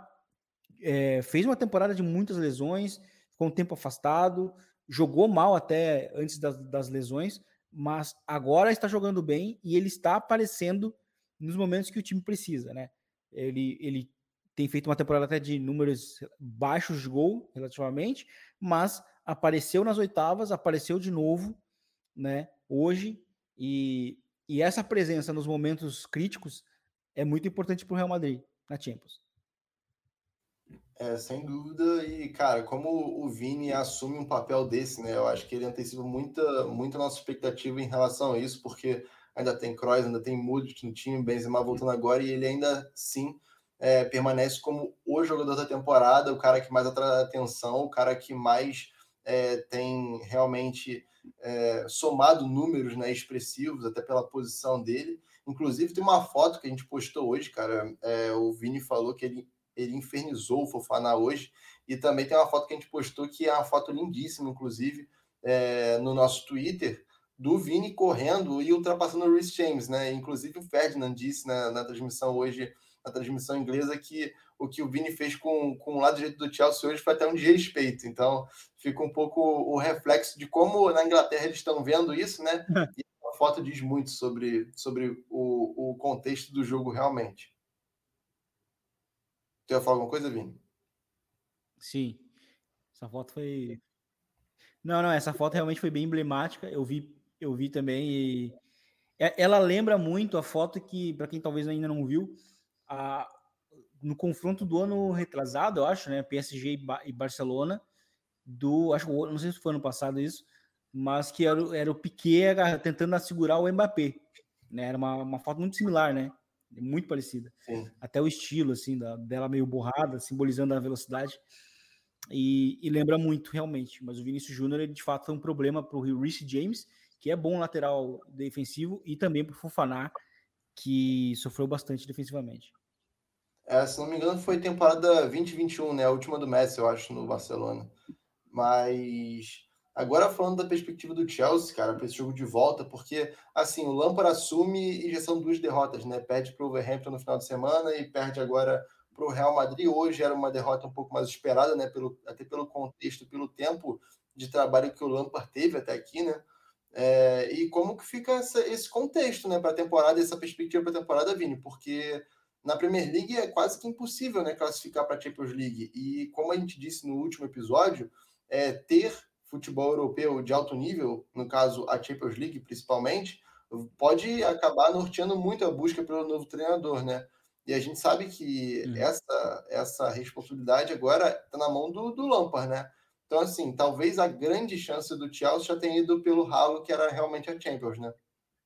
é, fez uma temporada de muitas lesões, ficou um tempo afastado, jogou mal até antes das, das lesões, mas agora está jogando bem e ele está aparecendo nos momentos que o time precisa, né? Ele, ele tem feito uma temporada até de números baixos de gol, relativamente, mas apareceu nas oitavas, apareceu de novo, né? Hoje, e, e essa presença nos momentos críticos é muito importante para o Real Madrid na Champions. É, sem dúvida, e cara, como o Vini assume um papel desse, né? Eu acho que ele antecipa muita, muita nossa expectativa em relação a isso, porque ainda tem Kroos, ainda tem Modric no time, Benzema voltando agora, e ele ainda sim é, permanece como o jogador da temporada, o cara que mais atrai atenção, o cara que mais é, tem realmente é, somado números, né, expressivos, até pela posição dele. Inclusive, tem uma foto que a gente postou hoje, cara. É, o Vini falou que ele ele infernizou o Fofana hoje, e também tem uma foto que a gente postou, que é uma foto lindíssima, inclusive, é, no nosso Twitter, do Vini correndo e ultrapassando o Reece James, né? Inclusive o Ferdinand disse na, na transmissão hoje, na transmissão inglesa, que o que o Vini fez com, com o lado direito do Chelsea hoje foi até um desrespeito. Então, fica um pouco o reflexo de como na Inglaterra eles estão vendo isso, né? E a foto diz muito sobre, sobre o, o contexto do jogo realmente. Tu ia falar alguma coisa, Vini? Sim, essa foto foi. Não, não, essa foto realmente foi bem emblemática. Eu vi, eu vi também e ela lembra muito a foto que, para quem talvez ainda não viu, a... no confronto do ano retrasado, eu acho, né? P S G e, ba e Barcelona, do, acho que não sei se foi ano passado isso, mas que era, era o Piquet tentando assegurar o Mbappé, né? Era uma, uma foto muito similar, né? Muito parecida. Sim. Até o estilo, assim, da, dela meio borrada, simbolizando a velocidade. E, e lembra muito, realmente. Mas o Vinícius Júnior, ele de fato foi um problema para o Reece James, que é bom lateral defensivo, e também para o Fofana, que sofreu bastante defensivamente. É, se não me engano, foi temporada vinte e vinte e um, né? A última do Messi, eu acho, no Barcelona. Mas agora falando da perspectiva do Chelsea, cara, para esse jogo de volta, porque assim, o Lampard assume e já são duas derrotas, né? Perde para o Wolverhampton no final de semana e perde agora para o Real Madrid. Hoje era uma derrota um pouco mais esperada, né? Pelo, até pelo contexto, pelo tempo de trabalho que o Lampard teve até aqui, né? É, e como que fica essa, esse contexto, né, para a temporada, essa perspectiva para a temporada, Vini? Porque na Premier League é quase que impossível, né, classificar para a Champions League. E como a gente disse no último episódio, é, ter futebol europeu de alto nível, no caso a Champions League principalmente, pode acabar norteando muito a busca pelo novo treinador, né? E a gente sabe que Uhum. essa, essa responsabilidade agora está na mão do, do Lampard, né? Então, assim, talvez a grande chance do Chelsea já tenha ido pelo ralo, que era realmente a Champions, né?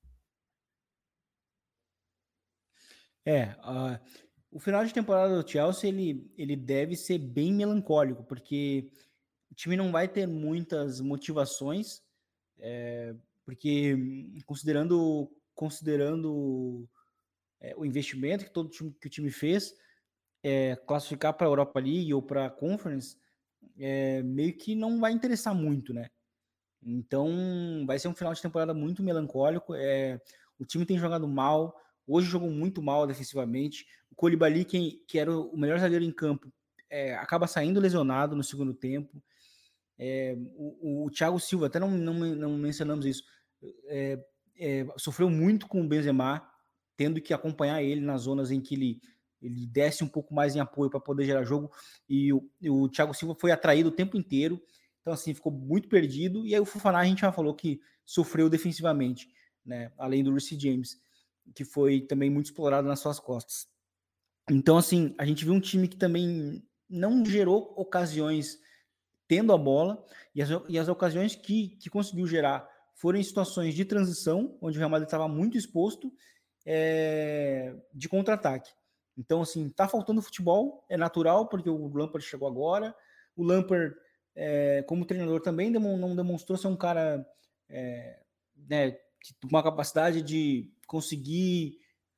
É, uh, o final de temporada do Chelsea, ele, ele deve ser bem melancólico, porque o time não vai ter muitas motivações, é, porque considerando, considerando é, o investimento que todo time, que o time fez, é, classificar para a Europa League ou para a Conference, é, meio que não vai interessar muito, né? Então, vai ser um final de temporada muito melancólico. É, o time tem jogado mal. Hoje jogou muito mal defensivamente. O Koulibaly, que, que era o melhor zagueiro em campo, é, acaba saindo lesionado no segundo tempo. É, o, o Thiago Silva, até não, não, não mencionamos isso, é, é, sofreu muito com o Benzema, tendo que acompanhar ele nas zonas em que ele, ele desce um pouco mais em apoio para poder gerar jogo. E o, o Thiago Silva foi atraído o tempo inteiro. Então, assim, ficou muito perdido. E aí o Fofana, a gente já falou que sofreu defensivamente, né? Além do Reece James, que foi também muito explorado nas suas costas. Então, assim, a gente viu um time que também não gerou ocasiões tendo a bola, e as, e as ocasiões que, que conseguiu gerar foram em situações de transição, onde o Real Madrid estava muito exposto, é, de contra-ataque. Então, assim, tá faltando futebol, é natural, porque o Lampard chegou agora. O Lampard, é, como treinador, também não demonstrou ser um cara, é, né, com uma capacidade de conseguir,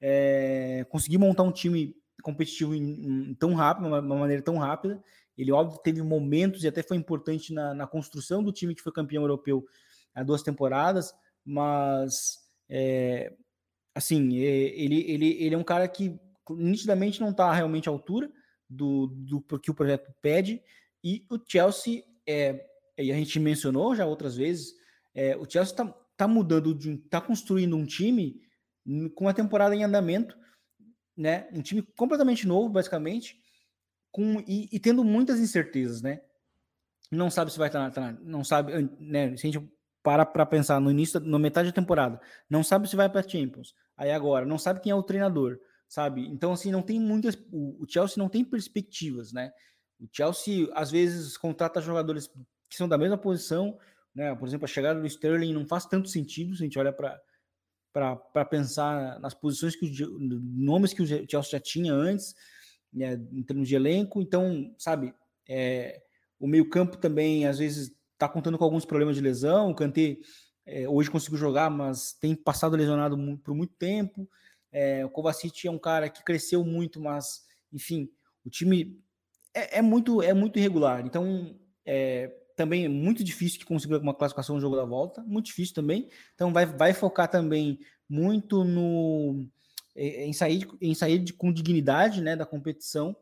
é, conseguir montar um time competitivo em, em tão rápido, uma, uma maneira tão rápida. Ele, óbvio, teve momentos e até foi importante na, na construção do time que foi campeão europeu há duas temporadas, mas é, assim, ele, ele, ele é um cara que nitidamente não está realmente à altura do, do que o projeto pede, e o Chelsea, é, e a gente mencionou já outras vezes, é, o Chelsea está tá mudando, está construindo um time com a temporada em andamento, né? Um time completamente novo, basicamente, com, e, e tendo muitas incertezas, né? Não sabe se vai estar, tá, não sabe, né? Se a gente para para pensar no início, na metade da temporada, não sabe se vai para Champions. Aí agora, não sabe quem é o treinador, sabe? Então assim, não tem muitas, o, o Chelsea não tem perspectivas, né? O Chelsea às vezes contrata jogadores que são da mesma posição, né? Por exemplo, a chegada do Sterling não faz tanto sentido se a gente olha para para pensar nas posições que os nomes que o Chelsea já tinha antes, né, em termos de elenco. Então, sabe, é, o meio-campo também às vezes está contando com alguns problemas de lesão. O Kanté é, hoje conseguiu jogar, mas tem passado lesionado por muito tempo. É, o Kovacic é um cara que cresceu muito, mas enfim, o time é, é muito é muito irregular. Então, é, também é muito difícil que consiga uma classificação no jogo da volta, muito difícil também. Então vai, vai focar também muito no em sair, em sair de, com dignidade, né, da competição,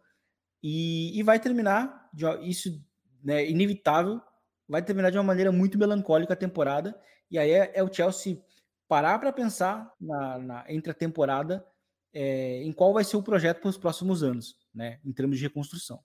e, e vai terminar de, isso, né, inevitável, vai terminar de uma maneira muito melancólica a temporada. E aí é, é o Chelsea parar para pensar na, na, entre a temporada, é, em qual vai ser o projeto para os próximos anos, né, em termos de reconstrução.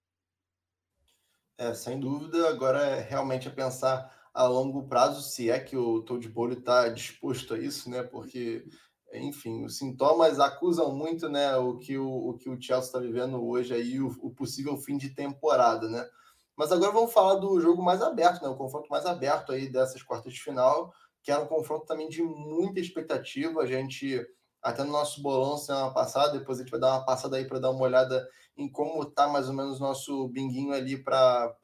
É, sem dúvida, agora é realmente a pensar a longo prazo, se é que o Todd Bowley está disposto a isso, né? Porque enfim, os sintomas acusam muito, né, o que o, o, que o Chelsea está vivendo hoje aí, o, o possível fim de temporada, né? Mas agora vamos falar do jogo mais aberto, né? O confronto mais aberto aí dessas quartas de final, que era um confronto também de muita expectativa. A gente, até no nosso bolão semana passada, depois a gente vai dar uma passada aí para dar uma olhada em como tá mais ou menos o nosso binguinho ali para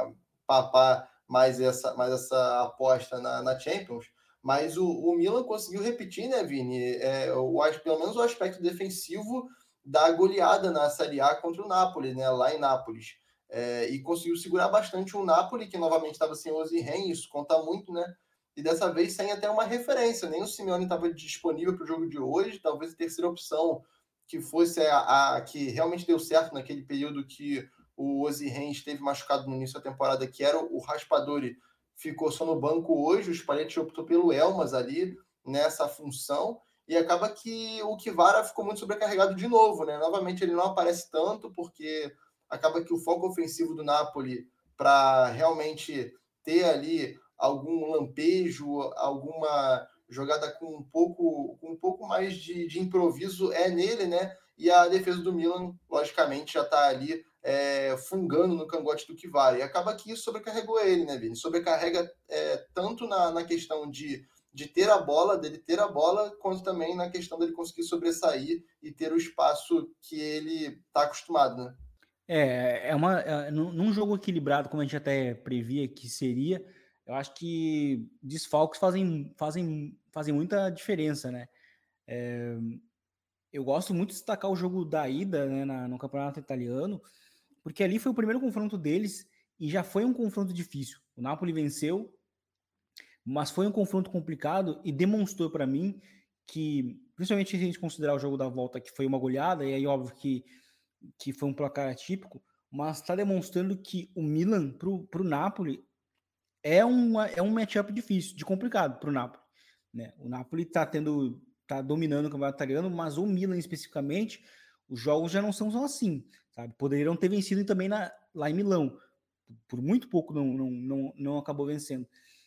papar mais essa, mais essa aposta na, na Champions. Mas o, o Milan conseguiu repetir, né, Vini? É, eu acho, pelo menos o aspecto defensivo da goleada na Série A contra o Napoli, né? Lá em Nápoles. É, e conseguiu segurar bastante o Napoli, que novamente estava sem o Osimhen, isso conta muito, né? E dessa vez sem até uma referência. Nem o Simeone estava disponível para o jogo de hoje. Talvez a terceira opção que fosse a, a que realmente deu certo naquele período que o Osimhen esteve machucado no início da temporada, que era o Raspadori, ficou só no banco hoje. O Spalletti optou pelo Elmas ali nessa função. E acaba que o Kvara ficou muito sobrecarregado de novo, né? Novamente ele não aparece tanto, porque acaba que o foco ofensivo do Napoli para realmente ter ali algum lampejo, alguma jogada com um pouco, com um pouco mais de, de improviso é nele, né? E a defesa do Milan, logicamente, já está ali é, fungando no cangote do Kvara. E acaba que isso sobrecarregou ele, né, Vini? Sobrecarrega é, tanto na, na questão de, de ter a bola, dele ter a bola, quanto também na questão dele conseguir sobressair e ter o espaço que ele está acostumado, né? É, é uma, é, num jogo equilibrado, como a gente até previa que seria, eu acho que desfalques fazem, fazem, fazem muita diferença, né? É, eu gosto muito de destacar o jogo da ida, né, na, no campeonato italiano, porque ali foi o primeiro confronto deles e já foi um confronto difícil. O Napoli venceu, mas foi um confronto complicado e demonstrou para mim que, principalmente se a gente considerar o jogo da volta, que foi uma goleada, e aí óbvio que que foi um placar atípico, mas está demonstrando que o Milan para o Napoli é, uma, é um matchup difícil, de complicado para o Napoli. Né? O Napoli está tendo, tá dominando o campeonato italiano, mas o Milan especificamente, os jogos já não são só assim, sabe? Poderiam ter vencido também na, lá em Milão, por muito pouco não, não, não, não acabou vencendo.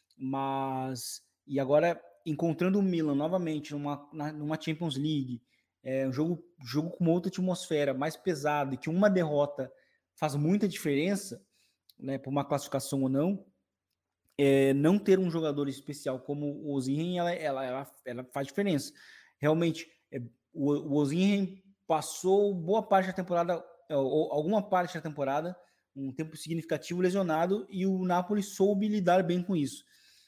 Mas, e agora encontrando o Milan novamente numa, numa Champions League, é um jogo, jogo com uma outra atmosfera, mais pesado, e que uma derrota faz muita diferença, né, por uma classificação ou não, é, não ter um jogador especial como o Osimhen, ela, ela, ela, ela faz diferença. Realmente, é, o, o Osimhen passou boa parte da temporada, ou alguma parte da temporada, um tempo significativo lesionado, e o Napoli soube lidar bem com isso.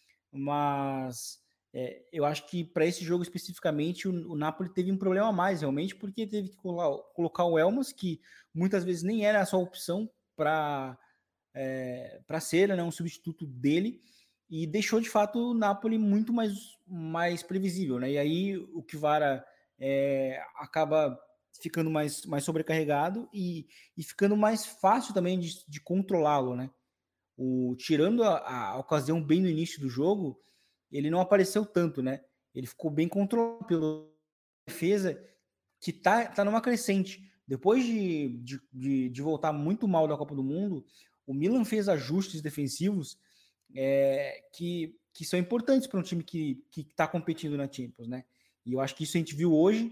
Mas é, eu acho que para esse jogo especificamente o, o Napoli teve um problema a mais realmente, porque teve que colar, colocar o Elmas, que muitas vezes nem era a sua opção para é, para ser, né, um substituto dele, e deixou de fato o Napoli muito mais, mais previsível, né? E aí o Kvara é, acaba ficando mais, mais sobrecarregado e, e ficando mais fácil também de, de controlá-lo, né? O, tirando a, a ocasião bem no início do jogo, ele não apareceu tanto, né? Ele ficou bem controlado pela defesa, que tá, tá numa crescente. Depois de, de, de, de voltar muito mal da Copa do Mundo, o Milan fez ajustes defensivos é, que, que são importantes para um time que está competindo na Champions, né? E eu acho que isso a gente viu hoje.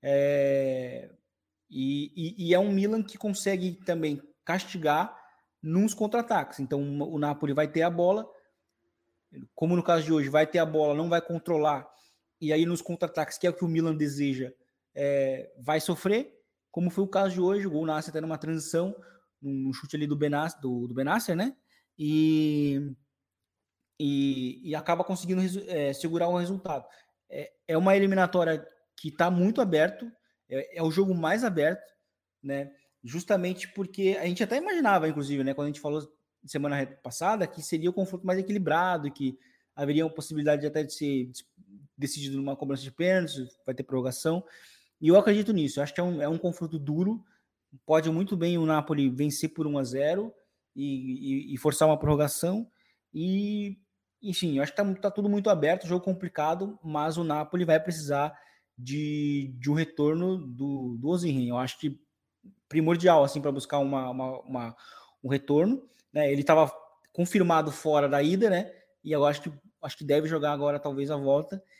É, e, e, e é um Milan que consegue também castigar nos contra-ataques. Então o Napoli vai ter a bola, como no caso de hoje, vai ter a bola, não vai controlar, e aí nos contra-ataques, que é o que o Milan deseja, é, vai sofrer, como foi o caso de hoje. O gol nasce até numa transição, num chute ali do Benasser, do, do Benasser, né? E, e, e acaba conseguindo é, segurar o resultado. É, é uma eliminatória que está muito aberto, é, é o jogo mais aberto, né? Justamente porque a gente até imaginava, inclusive, né, quando a gente falou semana passada, que seria o confronto mais equilibrado, que haveria uma possibilidade até de ser decidido numa cobrança de pênaltis, vai ter prorrogação, e eu acredito nisso. Eu acho que é um, é um confronto duro, pode muito bem o Napoli vencer por um a zero e, e, e forçar uma prorrogação, e enfim, eu acho que tá, tá tudo muito aberto, jogo complicado, mas o Napoli vai precisar de, de um retorno do, do Osimhen. Eu acho que primordial assim para buscar uma, uma, uma, um retorno, né? Ele estava confirmado fora da ida, né? E eu acho que acho que deve jogar agora talvez a volta.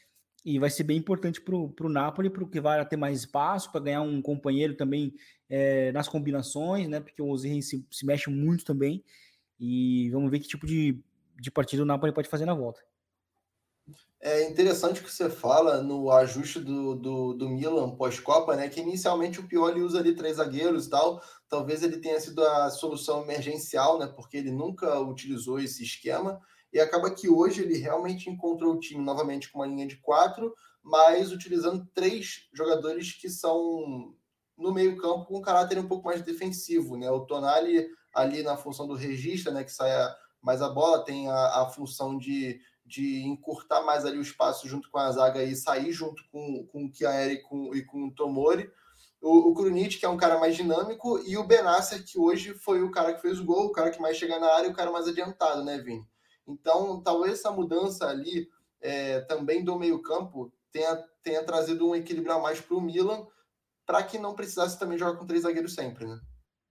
e vai ser bem importante para o Napoli, porque vai ter mais espaço para ganhar um companheiro também é, nas combinações, né? Porque o Ozil se, se mexe muito também. E vamos ver que tipo de, de partida o Napoli pode fazer na volta. É interessante que você fala no ajuste do, do, do Milan pós-Copa, né? Que inicialmente o Pioli usa ali três zagueiros e tal. Talvez ele tenha sido a solução emergencial, né? Porque ele nunca utilizou esse esquema. E acaba que hoje ele realmente encontrou o time novamente com uma linha de quatro, mas utilizando três jogadores que são no meio-campo com um caráter um pouco mais defensivo, né? O Tonali ali na função do regista, né? Que sai mais a bola, tem a, a função de de encurtar mais ali o espaço junto com a zaga e sair junto com, com o Kjaer e com, e com o Tomori. O, o Krunic, que é um cara mais dinâmico, e o Benasser, que hoje foi o cara que fez o gol, o cara que mais chega na área e o cara mais adiantado, né, Vini? Então, talvez essa mudança ali é, também do meio-campo tenha, tenha trazido um equilíbrio a mais para o Milan, para que não precisasse também jogar com três zagueiros sempre, né?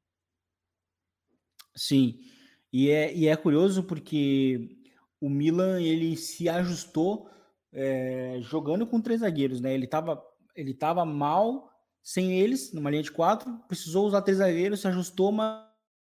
Sim, e é, e é curioso porque o Milan ele se ajustou é, jogando com três zagueiros, né? Ele estava ele tava mal sem eles, numa linha de quatro, precisou usar três zagueiros, se ajustou, mas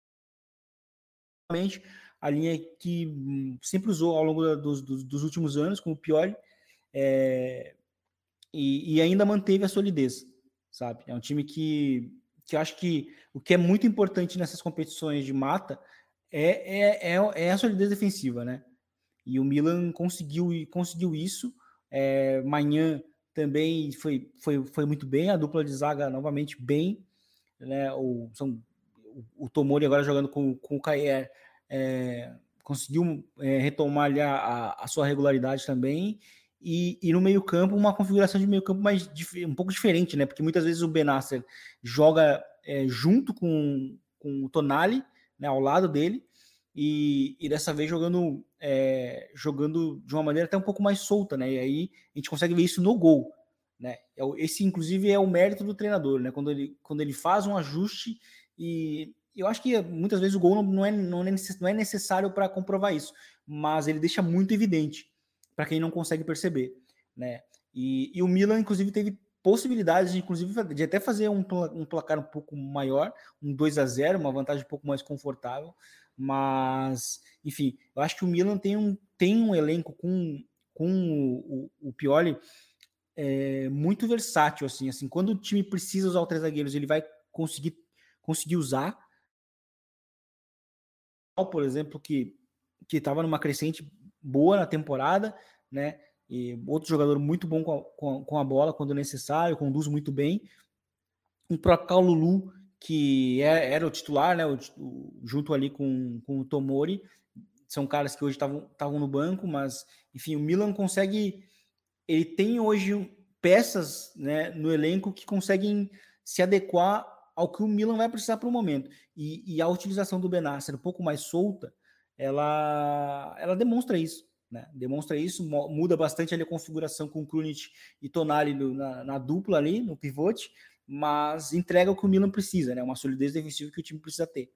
a linha que sempre usou ao longo dos, dos, dos últimos anos, com o Pioli, é, e, e ainda manteve a solidez, sabe? É um time que, que eu acho que o que é muito importante nessas competições de mata é, é, é, é a solidez defensiva, né? E o Milan conseguiu, conseguiu isso. É, Manhã também foi, foi, foi muito bem, a dupla de zaga novamente bem, né? O, são, o, o Tomori agora jogando com, com o Kjaer é, conseguiu é, retomar ali a, a, a sua regularidade também. E, e no meio-campo, uma configuração de meio-campo mais um pouco diferente, né? Porque muitas vezes o Benasser joga é, junto com, com o Tonali, né, ao lado dele, e, e dessa vez jogando, é, jogando de uma maneira até um pouco mais solta, né? E aí a gente consegue ver isso no gol, né? Esse, inclusive, é o mérito do treinador, né? Quando ele, quando ele faz um ajuste, e eu acho que muitas vezes o gol não é, não é necessário para comprovar isso, mas ele deixa muito evidente para quem não consegue perceber, né? E, e o Milan, inclusive, teve possibilidades de, inclusive, de até fazer um, um placar um pouco maior, um dois a zero, uma vantagem um pouco mais confortável, mas, enfim, eu acho que o Milan tem um, tem um elenco com, com o, o, o Pioli é, muito versátil, assim, assim, quando o time precisa usar os três zagueiros, ele vai conseguir, conseguir usar, por exemplo, que que estava numa crescente boa na temporada, né? E outro jogador muito bom com a, com a, com a bola quando necessário, conduz muito bem. Um próprio Lulu, que é, era o titular, né? O, o, junto ali com, com o Tomori. São caras que hoje estavam no banco, mas, enfim, o Milan consegue. Ele tem hoje peças, né, no elenco que conseguem se adequar ao que o Milan vai precisar para o momento. E, e a utilização do Benasser um pouco mais solta, ela, ela demonstra isso. Né? Demonstra isso, muda bastante ali a configuração com o Krunic e Tonali na, na dupla ali, no pivote, mas entrega o que o Milan precisa, né? Uma solidez defensiva que o time precisa ter.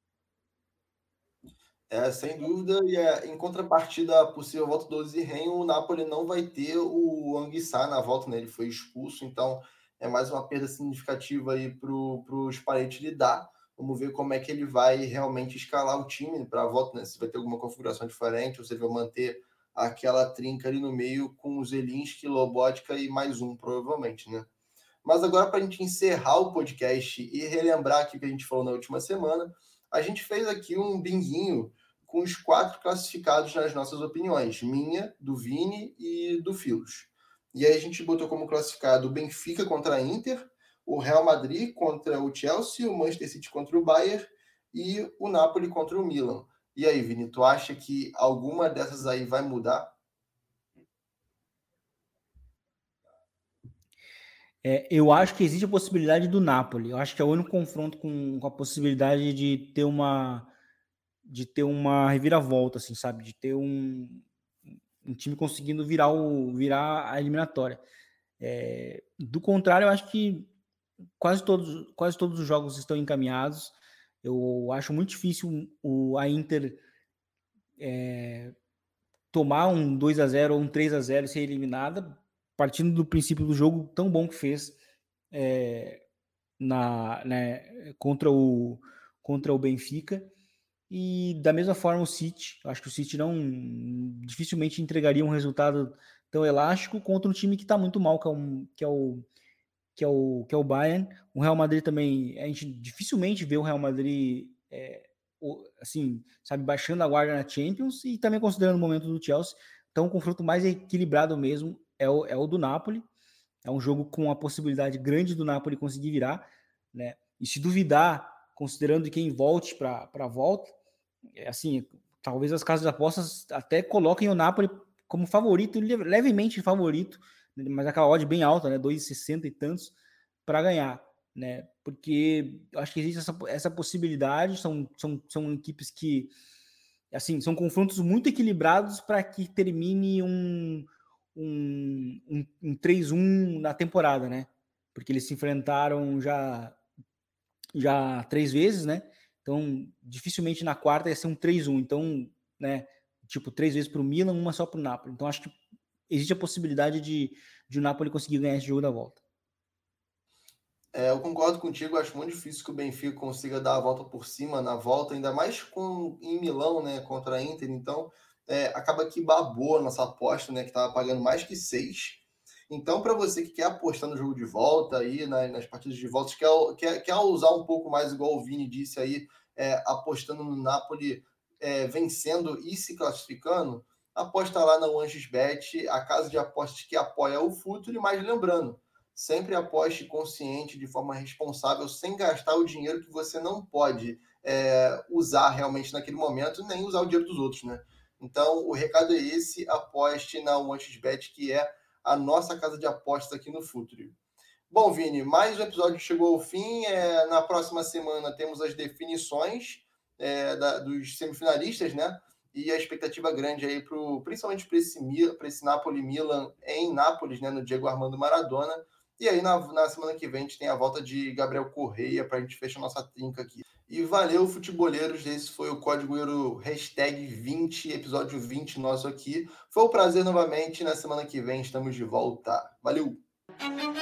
É, sem dúvida, e é, em contrapartida à possível volta do Ozirren, o Napoli não vai ter o Anguissa na volta, né? Ele foi expulso, então é mais uma perda significativa aí para o Spalletti lidar. Vamos ver como é que ele vai realmente escalar o time para a volta, né? Se vai ter alguma configuração diferente, ou se vai manter aquela trinca ali no meio com o Zelinski, Lobotka e mais um, provavelmente, né? Mas agora, para a gente encerrar o podcast e relembrar aqui o que a gente falou na última semana, a gente fez aqui um binguinho com os quatro classificados nas nossas opiniões, minha, do Vini e do Filos. E aí a gente botou como classificado o Benfica contra a Inter, o Real Madrid contra o Chelsea, o Manchester City contra o Bayern e o Napoli contra o Milan. E aí, Vini, tu acha que alguma dessas aí vai mudar? É, eu acho que existe a possibilidade do Napoli. Eu acho que é o único confronto com, com a possibilidade de ter uma de ter uma reviravolta, assim, sabe? De ter um, um time conseguindo virar o virar a eliminatória. É, do contrário, eu acho que quase todos quase todos os jogos estão encaminhados. Eu acho muito difícil o a Inter é, tomar um dois a zero ou um três a zero e ser eliminada. partindo do princípio do jogo tão bom que fez é, na, né, contra, o, contra o Benfica. E da mesma forma o City, acho que o City não dificilmente entregaria um resultado tão elástico contra um time que está muito mal, que é, um, que, é o, que, é o, que é o Bayern. O Real Madrid também, a gente dificilmente vê o Real Madrid é, assim, sabe, baixando a guarda na Champions, e também considerando o momento do Chelsea. Então o confronto mais equilibrado mesmo é o, é o do Napoli. É um jogo com a possibilidade grande do Napoli conseguir virar, né? E se duvidar, considerando quem volte para a volta, é assim, talvez as casas de apostas até coloquem o Napoli como favorito, levemente favorito, mas aquela odd bem alta, né? dois e sessenta e tantos para ganhar, né? Porque eu acho que existe essa, essa possibilidade, são, são, são equipes que, assim, são confrontos muito equilibrados para que termine um, um, um, um três a um na temporada, né? Porque eles se enfrentaram já, já três vezes, né? Então, dificilmente na quarta ia ser um três a um. Então, né? Tipo, três vezes para o Milan, uma só para o Napoli. Então, acho que existe a possibilidade de, de o Napoli conseguir ganhar esse jogo da volta. É, eu concordo contigo, acho muito difícil que o Benfica consiga dar a volta por cima na volta, ainda mais com, em Milão, né, contra a Inter. Então, é, acaba que babou a nossa aposta, né, que estava pagando mais que seis. Então, para você que quer apostar no jogo de volta, aí, nas, nas partidas de volta, quer, quer, quer usar um pouco mais, igual o Vini disse aí, é, apostando no Napoli é, vencendo e se classificando, aposta lá na OneXBet, a casa de apostas que apoia o futuro. E mais lembrando, sempre aposte consciente, de forma responsável, sem gastar o dinheiro que você não pode é, usar realmente naquele momento, nem usar o dinheiro dos outros, né? Então, o recado é esse, aposte na OneXBet, que é a nossa casa de apostas aqui no Futuri. Bom, Vini, mais um episódio chegou ao fim. É, na próxima semana temos as definições é, da, dos semifinalistas, né? E a expectativa grande aí, pro, principalmente para esse, esse Napoli-Milan em Nápoles, né? No Diego Armando Maradona. E aí, na, na semana que vem, a gente tem a volta de Gabriel Correia para a gente fechar nossa trinca aqui. E valeu, futeboleiros. Esse foi o Código Euro hashtag vinte, episódio vinte nosso aqui. Foi um prazer novamente. Na semana que vem estamos de volta. Valeu!